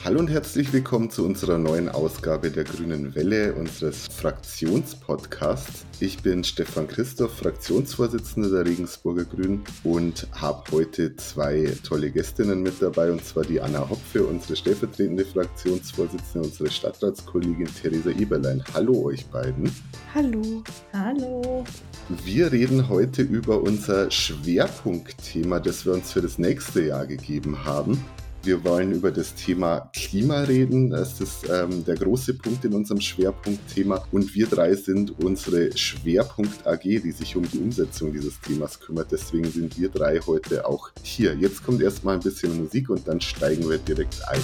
Hallo und herzlich willkommen zu unserer neuen Ausgabe der Grünen Welle, unseres Fraktionspodcasts. Ich bin Stefan Christoph, Fraktionsvorsitzender der Regensburger Grünen und habe heute zwei tolle Gästinnen mit dabei, und zwar die Anna Hopfe, unsere stellvertretende Fraktionsvorsitzende, unsere Stadtratskollegin Theresa Eberlein. Hallo euch beiden. Hallo. Hallo. Wir reden heute über unser Schwerpunktthema, das wir uns für das nächste Jahr gegeben haben. Wir wollen über das Thema Klima reden. Das ist der große Punkt in unserem Schwerpunktthema. Und wir drei sind unsere Schwerpunkt AG, die sich um die Umsetzung dieses Themas kümmert. Deswegen sind wir drei heute auch hier. Jetzt kommt erstmal ein bisschen Musik und dann steigen wir direkt ein.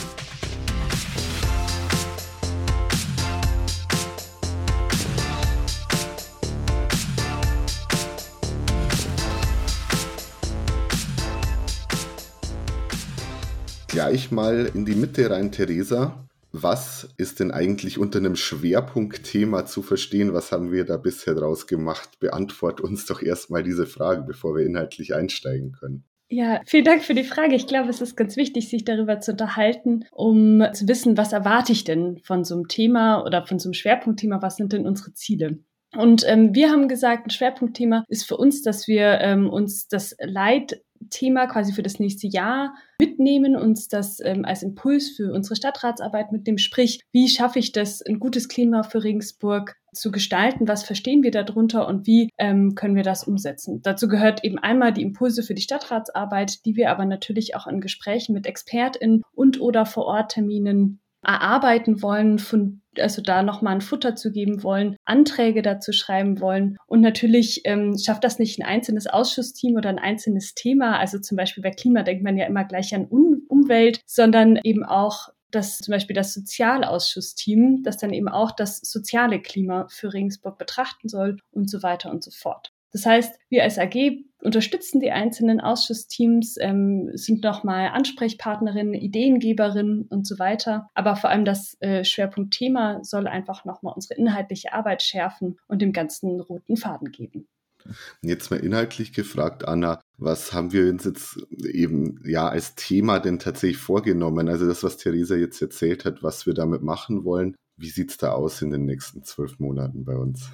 Gleich mal in die Mitte rein, Theresa. Was ist denn eigentlich unter einem Schwerpunktthema zu verstehen? Was haben wir da bisher draus gemacht? Beantwort uns doch erstmal diese Frage, bevor wir inhaltlich einsteigen können. Ja, vielen Dank für die Frage. Ich glaube, es ist ganz wichtig, sich darüber zu unterhalten, um zu wissen, was erwarte ich denn von so einem Thema oder von so einem Schwerpunktthema? Was sind denn unsere Ziele? Und wir haben gesagt, ein Schwerpunktthema ist für uns, dass wir uns das Leitthema quasi für das nächste Jahr mitnehmen, uns das als Impuls für unsere Stadtratsarbeit mitnehmen. Sprich, wie schaffe ich das, ein gutes Klima für Regensburg zu gestalten? Was verstehen wir darunter und wie können wir das umsetzen? Dazu gehört eben einmal die Impulse für die Stadtratsarbeit, die wir aber natürlich auch in Gesprächen mit ExpertInnen und oder Vor-Ort-Terminen erarbeiten wollen, also da nochmal ein Futter zu geben wollen, Anträge dazu schreiben wollen. Und natürlich schafft das nicht ein einzelnes Ausschussteam oder ein einzelnes Thema. Also zum Beispiel bei Klima denkt man ja immer gleich an Umwelt, sondern eben auch zum Beispiel das Sozialausschussteam, das dann eben auch das soziale Klima für Regensburg betrachten soll und so weiter und so fort. Das heißt, wir als AG unterstützen die einzelnen Ausschussteams, sind nochmal Ansprechpartnerinnen, Ideengeberinnen und so weiter. Aber vor allem das Schwerpunktthema soll einfach nochmal unsere inhaltliche Arbeit schärfen und dem Ganzen roten Faden geben. Jetzt mal inhaltlich gefragt, Anna, was haben wir uns jetzt eben als Thema denn tatsächlich vorgenommen? Also das, was Theresa jetzt erzählt hat, was wir damit machen wollen. Wie sieht es da aus in den nächsten 12 Monaten bei uns?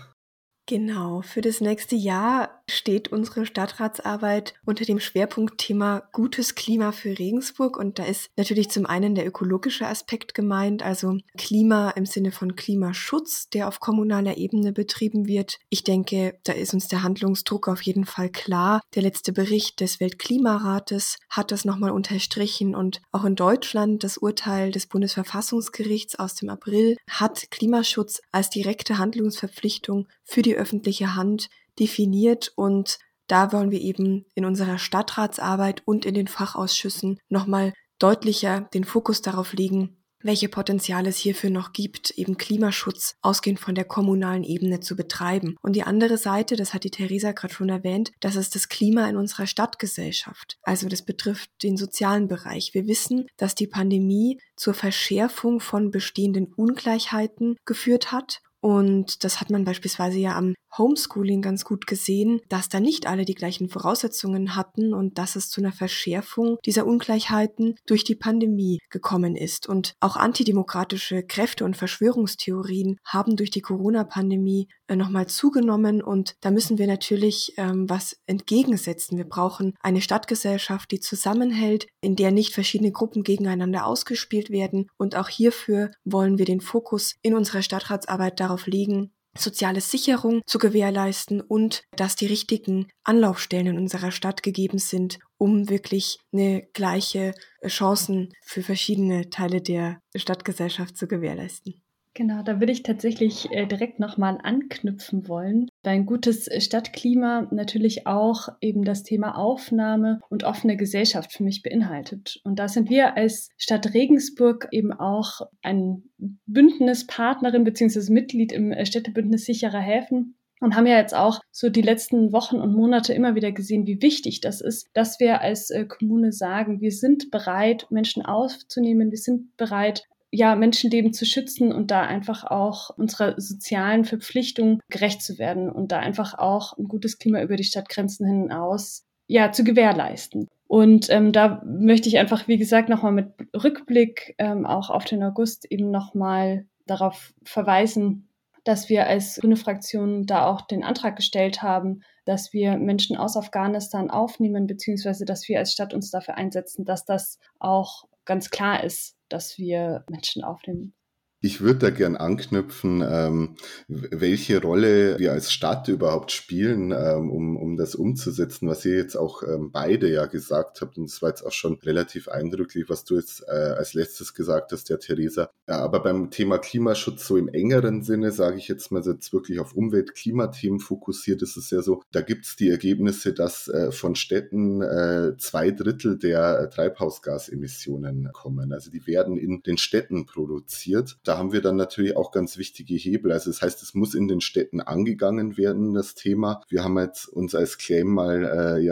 Genau, für das nächste Jahr steht unsere Stadtratsarbeit unter dem Schwerpunktthema Gutes Klima für Regensburg. Und da ist natürlich zum einen der ökologische Aspekt gemeint, also Klima im Sinne von Klimaschutz, der auf kommunaler Ebene betrieben wird. Ich denke, da ist uns der Handlungsdruck auf jeden Fall klar. Der letzte Bericht des Weltklimarates hat das nochmal unterstrichen, und auch in Deutschland das Urteil des Bundesverfassungsgerichts aus dem April hat Klimaschutz als direkte Handlungsverpflichtung für die öffentliche Hand definiert, und da wollen wir eben in unserer Stadtratsarbeit und in den Fachausschüssen nochmal deutlicher den Fokus darauf legen, welche Potenziale es hierfür noch gibt, eben Klimaschutz ausgehend von der kommunalen Ebene zu betreiben. Und die andere Seite, das hat die Theresa gerade schon erwähnt, das ist das Klima in unserer Stadtgesellschaft. Also das betrifft den sozialen Bereich. Wir wissen, dass die Pandemie zur Verschärfung von bestehenden Ungleichheiten geführt hat. Und das hat man beispielsweise ja am Homeschooling ganz gut gesehen, dass da nicht alle die gleichen Voraussetzungen hatten und dass es zu einer Verschärfung dieser Ungleichheiten durch die Pandemie gekommen ist. Und auch antidemokratische Kräfte und Verschwörungstheorien haben durch die Corona-Pandemie nochmal zugenommen, und da müssen wir natürlich was entgegensetzen. Wir brauchen eine Stadtgesellschaft, die zusammenhält, in der nicht verschiedene Gruppen gegeneinander ausgespielt werden, und auch hierfür wollen wir den Fokus in unserer Stadtratsarbeit darauf legen, soziale Sicherung zu gewährleisten und dass die richtigen Anlaufstellen in unserer Stadt gegeben sind, um wirklich eine gleiche Chancen für verschiedene Teile der Stadtgesellschaft zu gewährleisten. Genau, da würde ich tatsächlich direkt nochmal anknüpfen wollen, weil ein gutes Stadtklima natürlich auch eben das Thema Aufnahme und offene Gesellschaft für mich beinhaltet. Und da sind wir als Stadt Regensburg eben auch ein Bündnispartnerin bzw. Mitglied im Städtebündnis Sicherer Häfen. Und haben ja jetzt auch so die letzten Wochen und Monate immer wieder gesehen, wie wichtig das ist, dass wir als Kommune sagen, wir sind bereit, Menschen aufzunehmen, wir sind bereit, Menschenleben zu schützen und da einfach auch unserer sozialen Verpflichtung gerecht zu werden und da einfach auch ein gutes Klima über die Stadtgrenzen hinaus zu gewährleisten. Und da möchte ich einfach, wie gesagt, nochmal mit Rückblick auch auf den August eben nochmal darauf verweisen, dass wir als grüne Fraktion da auch den Antrag gestellt haben, dass wir Menschen aus Afghanistan aufnehmen, beziehungsweise dass wir als Stadt uns dafür einsetzen, dass das auch ganz klar ist, dass wir Menschen aufnehmen. Ich würde da gern anknüpfen, welche Rolle wir als Stadt überhaupt spielen, um das umzusetzen, was ihr jetzt auch beide ja gesagt habt. Und das war jetzt auch schon relativ eindrücklich, was du jetzt als letztes gesagt hast, ja, Theresa. Ja, aber beim Thema Klimaschutz so im engeren Sinne, sage ich jetzt mal, jetzt wirklich auf Umwelt-Klimathemen fokussiert, ist es ja so, da gibt es die Ergebnisse, dass von Städten 2/3 der Treibhausgasemissionen kommen. Also die werden in den Städten produziert. Da haben wir dann natürlich auch ganz wichtige Hebel. Also das heißt, es muss in den Städten angegangen werden, das Thema. Wir haben jetzt uns als Claim mal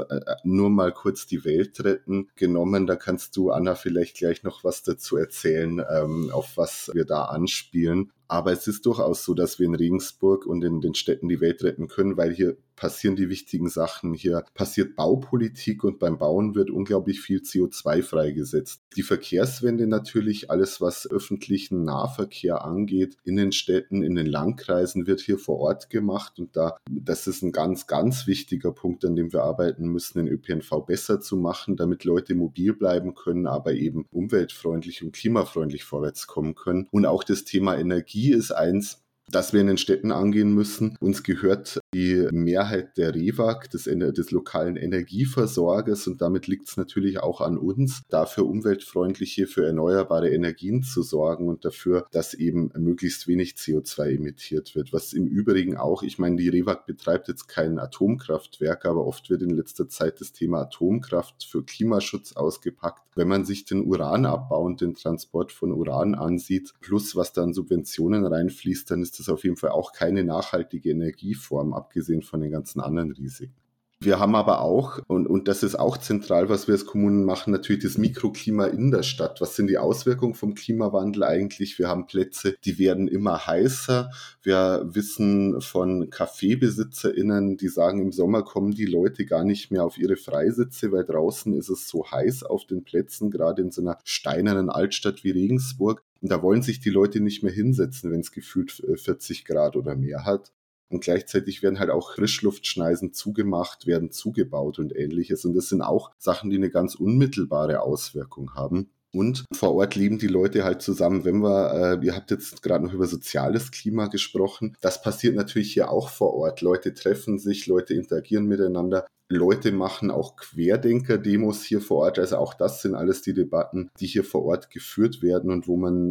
nur mal kurz die Welt retten genommen. Da kannst du, Anna, vielleicht gleich noch was dazu erzählen, auf was wir da anspielen. Aber es ist durchaus so, dass wir in Regensburg und in den Städten die Welt retten können, weil hier passieren die wichtigen Sachen. Hier passiert Baupolitik und beim Bauen wird unglaublich viel CO2 freigesetzt. Die Verkehrswende natürlich, alles was öffentlichen Nahverkehr angeht, in den Städten, in den Landkreisen wird hier vor Ort gemacht und das ist ein ganz, ganz wichtiger Punkt, an dem wir arbeiten müssen, den ÖPNV besser zu machen, damit Leute mobil bleiben können, aber eben umweltfreundlich und klimafreundlich vorwärts kommen können. Und auch das Thema Energie ist eins, das wir in den Städten angehen müssen. Uns gehört die Mehrheit der REWAG, des lokalen Energieversorgers, und damit liegt es natürlich auch an uns, dafür umweltfreundliche, für erneuerbare Energien zu sorgen und dafür, dass eben möglichst wenig CO2 emittiert wird. Was im Übrigen auch, ich meine, die REWAG betreibt jetzt kein Atomkraftwerk, aber oft wird in letzter Zeit das Thema Atomkraft für Klimaschutz ausgepackt. Wenn man sich den Uranabbau und den Transport von Uran ansieht, plus was da an Subventionen reinfließt, dann ist das auf jeden Fall auch keine nachhaltige Energieform, abgesehen von den ganzen anderen Risiken. Wir haben aber auch, und das ist auch zentral, was wir als Kommunen machen, natürlich das Mikroklima in der Stadt. Was sind die Auswirkungen vom Klimawandel eigentlich? Wir haben Plätze, die werden immer heißer. Wir wissen von CafébesitzerInnen, die sagen, im Sommer kommen die Leute gar nicht mehr auf ihre Freisitze, weil draußen ist es so heiß auf den Plätzen, gerade in so einer steinernen Altstadt wie Regensburg. Und da wollen sich die Leute nicht mehr hinsetzen, wenn es gefühlt 40 Grad oder mehr hat. Und gleichzeitig werden halt auch Frischluftschneisen zugemacht, werden zugebaut und Ähnliches. Und das sind auch Sachen, die eine ganz unmittelbare Auswirkung haben. Und vor Ort leben die Leute halt zusammen. Ihr habt jetzt gerade noch über soziales Klima gesprochen. Das passiert natürlich hier auch vor Ort. Leute treffen sich, Leute interagieren miteinander. Leute machen auch Querdenker-Demos hier vor Ort. Also auch das sind alles die Debatten, die hier vor Ort geführt werden und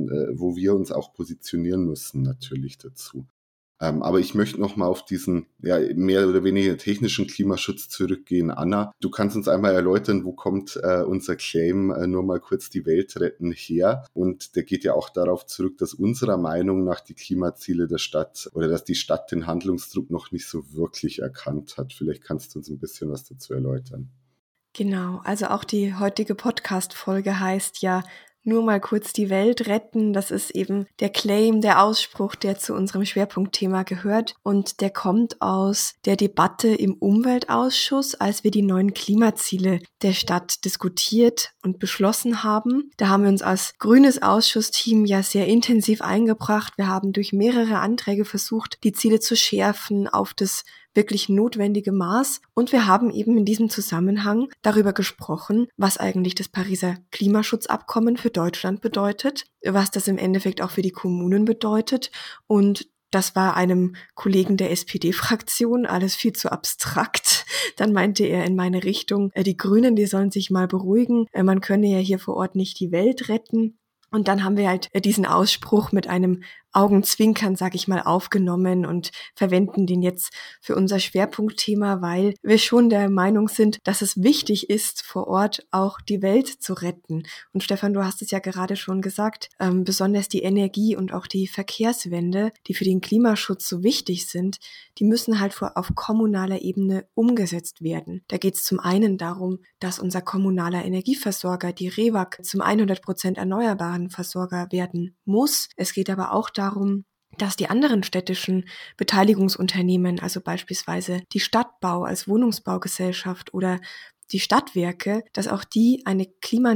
wo wir uns auch positionieren müssen natürlich dazu. Aber ich möchte nochmal auf diesen mehr oder weniger technischen Klimaschutz zurückgehen. Anna, du kannst uns einmal erläutern, wo kommt unser Claim nur mal kurz die Welt retten her? Und der geht ja auch darauf zurück, dass unserer Meinung nach die Klimaziele der Stadt oder dass die Stadt den Handlungsdruck noch nicht so wirklich erkannt hat. Vielleicht kannst du uns ein bisschen was dazu erläutern. Genau, also auch die heutige Podcast-Folge heißt ja nur mal kurz die Welt retten. Das ist eben der Claim, der Ausspruch, der zu unserem Schwerpunktthema gehört. Und der kommt aus der Debatte im Umweltausschuss, als wir die neuen Klimaziele der Stadt diskutiert und beschlossen haben. Da haben wir uns als grünes Ausschussteam ja sehr intensiv eingebracht. Wir haben durch mehrere Anträge versucht, die Ziele zu schärfen auf das wirklich notwendige Maß. Und wir haben eben in diesem Zusammenhang darüber gesprochen, was eigentlich das Pariser Klimaschutzabkommen für Deutschland bedeutet, was das im Endeffekt auch für die Kommunen bedeutet. Und das war einem Kollegen der SPD-Fraktion alles viel zu abstrakt. Dann meinte er in meine Richtung, die Grünen, die sollen sich mal beruhigen. Man könne ja hier vor Ort nicht die Welt retten. Und dann haben wir halt diesen Ausspruch mit einem Augenzwinkern, sag ich mal, aufgenommen und verwenden den jetzt für unser Schwerpunktthema, weil wir schon der Meinung sind, dass es wichtig ist, vor Ort auch die Welt zu retten. Und Stefan, du hast es ja gerade schon gesagt, besonders die Energie und auch die Verkehrswende, die für den Klimaschutz so wichtig sind, die müssen halt auf kommunaler Ebene umgesetzt werden. Da geht es zum einen darum, dass unser kommunaler Energieversorger, die REWAG, zum 100% erneuerbaren Versorger werden muss. Es geht aber auch darum, dass die anderen städtischen Beteiligungsunternehmen, also beispielsweise die Stadtbau als Wohnungsbaugesellschaft oder die Stadtwerke, dass auch die eine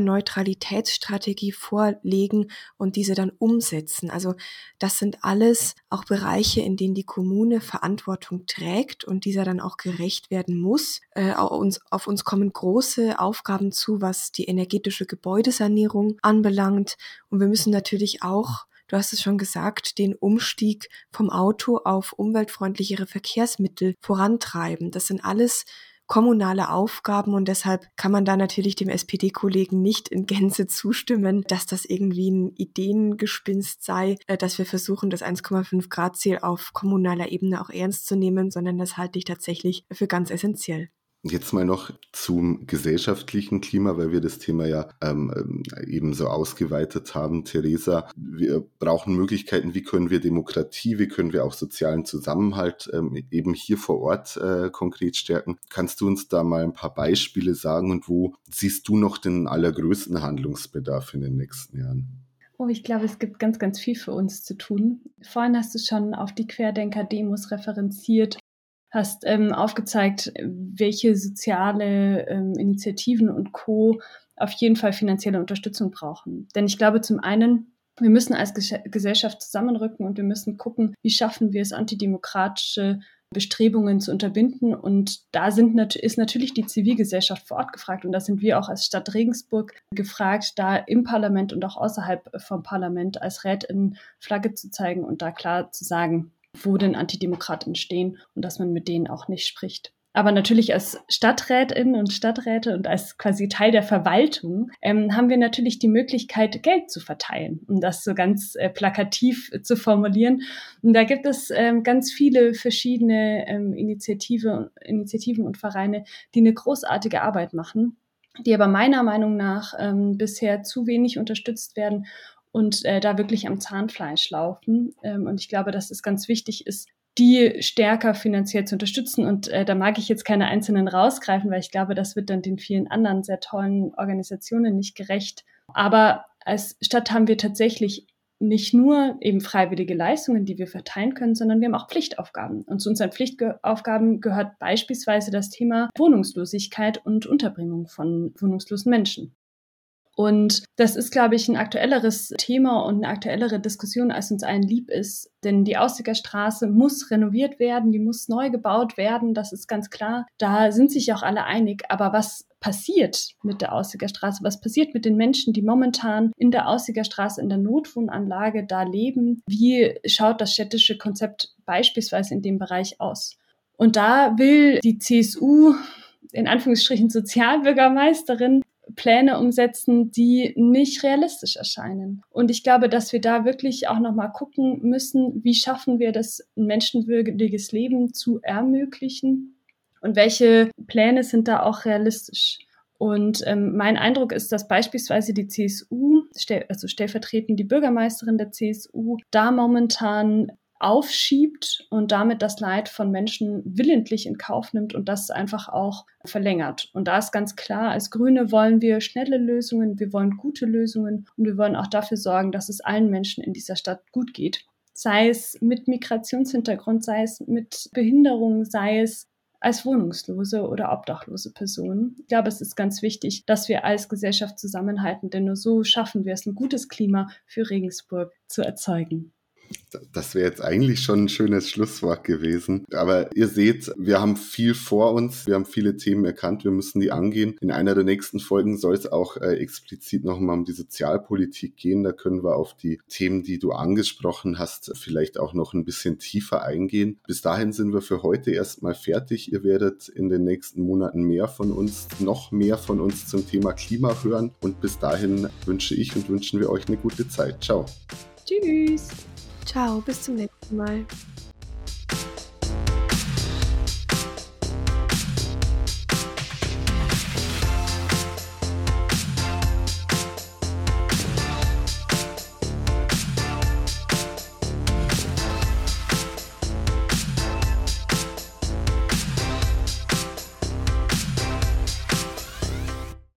Klimaneutralitätsstrategie vorlegen und diese dann umsetzen. Also das sind alles auch Bereiche, in denen die Kommune Verantwortung trägt und dieser dann auch gerecht werden muss. Auf uns kommen große Aufgaben zu, was die energetische Gebäudesanierung anbelangt. Und wir müssen natürlich auch, du hast es schon gesagt, den Umstieg vom Auto auf umweltfreundlichere Verkehrsmittel vorantreiben. Das sind alles kommunale Aufgaben und deshalb kann man da natürlich dem SPD-Kollegen nicht in Gänze zustimmen, dass das irgendwie ein Ideengespinst sei, dass wir versuchen, das 1,5-Grad-Ziel auf kommunaler Ebene auch ernst zu nehmen, sondern das halte ich tatsächlich für ganz essentiell. Jetzt mal noch zum gesellschaftlichen Klima, weil wir das Thema ja eben so ausgeweitet haben. Theresa, wir brauchen Möglichkeiten, wie können wir Demokratie, wie können wir auch sozialen Zusammenhalt eben hier vor Ort konkret stärken. Kannst du uns da mal ein paar Beispiele sagen und wo siehst du noch den allergrößten Handlungsbedarf in den nächsten Jahren? Oh, ich glaube, es gibt ganz, ganz viel für uns zu tun. Vorhin hast du schon auf die Querdenker-Demos referenziert, hast aufgezeigt, welche soziale Initiativen und Co. auf jeden Fall finanzielle Unterstützung brauchen. Denn ich glaube zum einen, wir müssen als Gesellschaft zusammenrücken und wir müssen gucken, wie schaffen wir es, antidemokratische Bestrebungen zu unterbinden. Und da ist natürlich die Zivilgesellschaft vor Ort gefragt. Und da sind wir auch als Stadt Regensburg gefragt, da im Parlament und auch außerhalb vom Parlament als Rätin Flagge zu zeigen und da klar zu sagen, wo denn Antidemokraten stehen und dass man mit denen auch nicht spricht. Aber natürlich als Stadträtinnen und Stadträte und als quasi Teil der Verwaltung haben wir natürlich die Möglichkeit, Geld zu verteilen, um das so ganz plakativ zu formulieren. Und da gibt es ganz viele verschiedene Initiativen und Vereine, die eine großartige Arbeit machen, die aber meiner Meinung nach bisher zu wenig unterstützt werden und da wirklich am Zahnfleisch laufen. Und ich glaube, dass es ganz wichtig ist, die stärker finanziell zu unterstützen. Und da mag ich jetzt keine einzelnen rausgreifen, weil ich glaube, das wird dann den vielen anderen sehr tollen Organisationen nicht gerecht. Aber als Stadt haben wir tatsächlich nicht nur eben freiwillige Leistungen, die wir verteilen können, sondern wir haben auch Pflichtaufgaben. Und zu unseren Pflichtaufgaben gehört beispielsweise das Thema Wohnungslosigkeit und Unterbringung von wohnungslosen Menschen. Und das ist, glaube ich, ein aktuelleres Thema und eine aktuellere Diskussion, als uns allen lieb ist. Denn die Aussiger Straße muss renoviert werden, die muss neu gebaut werden, das ist ganz klar. Da sind sich auch alle einig. Aber was passiert mit der Aussiger Straße? Was passiert mit den Menschen, die momentan in der Aussiger Straße, in der Notwohnanlage da leben? Wie schaut das städtische Konzept beispielsweise in dem Bereich aus? Und da will die CSU, in Anführungsstrichen Sozialbürgermeisterin, Pläne umsetzen, die nicht realistisch erscheinen. Und ich glaube, dass wir da wirklich auch nochmal gucken müssen, wie schaffen wir das, ein menschenwürdiges Leben zu ermöglichen und welche Pläne sind da auch realistisch. Und mein Eindruck ist, dass beispielsweise die CSU, also stellvertretend die Bürgermeisterin der CSU, da momentan aufschiebt und damit das Leid von Menschen willentlich in Kauf nimmt und das einfach auch verlängert. Und da ist ganz klar, als Grüne wollen wir schnelle Lösungen, wir wollen gute Lösungen und wir wollen auch dafür sorgen, dass es allen Menschen in dieser Stadt gut geht. Sei es mit Migrationshintergrund, sei es mit Behinderung, sei es als wohnungslose oder obdachlose Personen. Ich glaube, es ist ganz wichtig, dass wir als Gesellschaft zusammenhalten, denn nur so schaffen wir es, ein gutes Klima für Regensburg zu erzeugen. Das wäre jetzt eigentlich schon ein schönes Schlusswort gewesen. Aber ihr seht, wir haben viel vor uns. Wir haben viele Themen erkannt. Wir müssen die angehen. In einer der nächsten Folgen soll es auch explizit nochmal um die Sozialpolitik gehen. Da können wir auf die Themen, die du angesprochen hast, vielleicht auch noch ein bisschen tiefer eingehen. Bis dahin sind wir für heute erstmal fertig. Ihr werdet in den nächsten Monaten noch mehr von uns zum Thema Klima hören. Und bis dahin wünschen wir euch eine gute Zeit. Ciao. Tschüss. Ciao, bis zum nächsten Mal.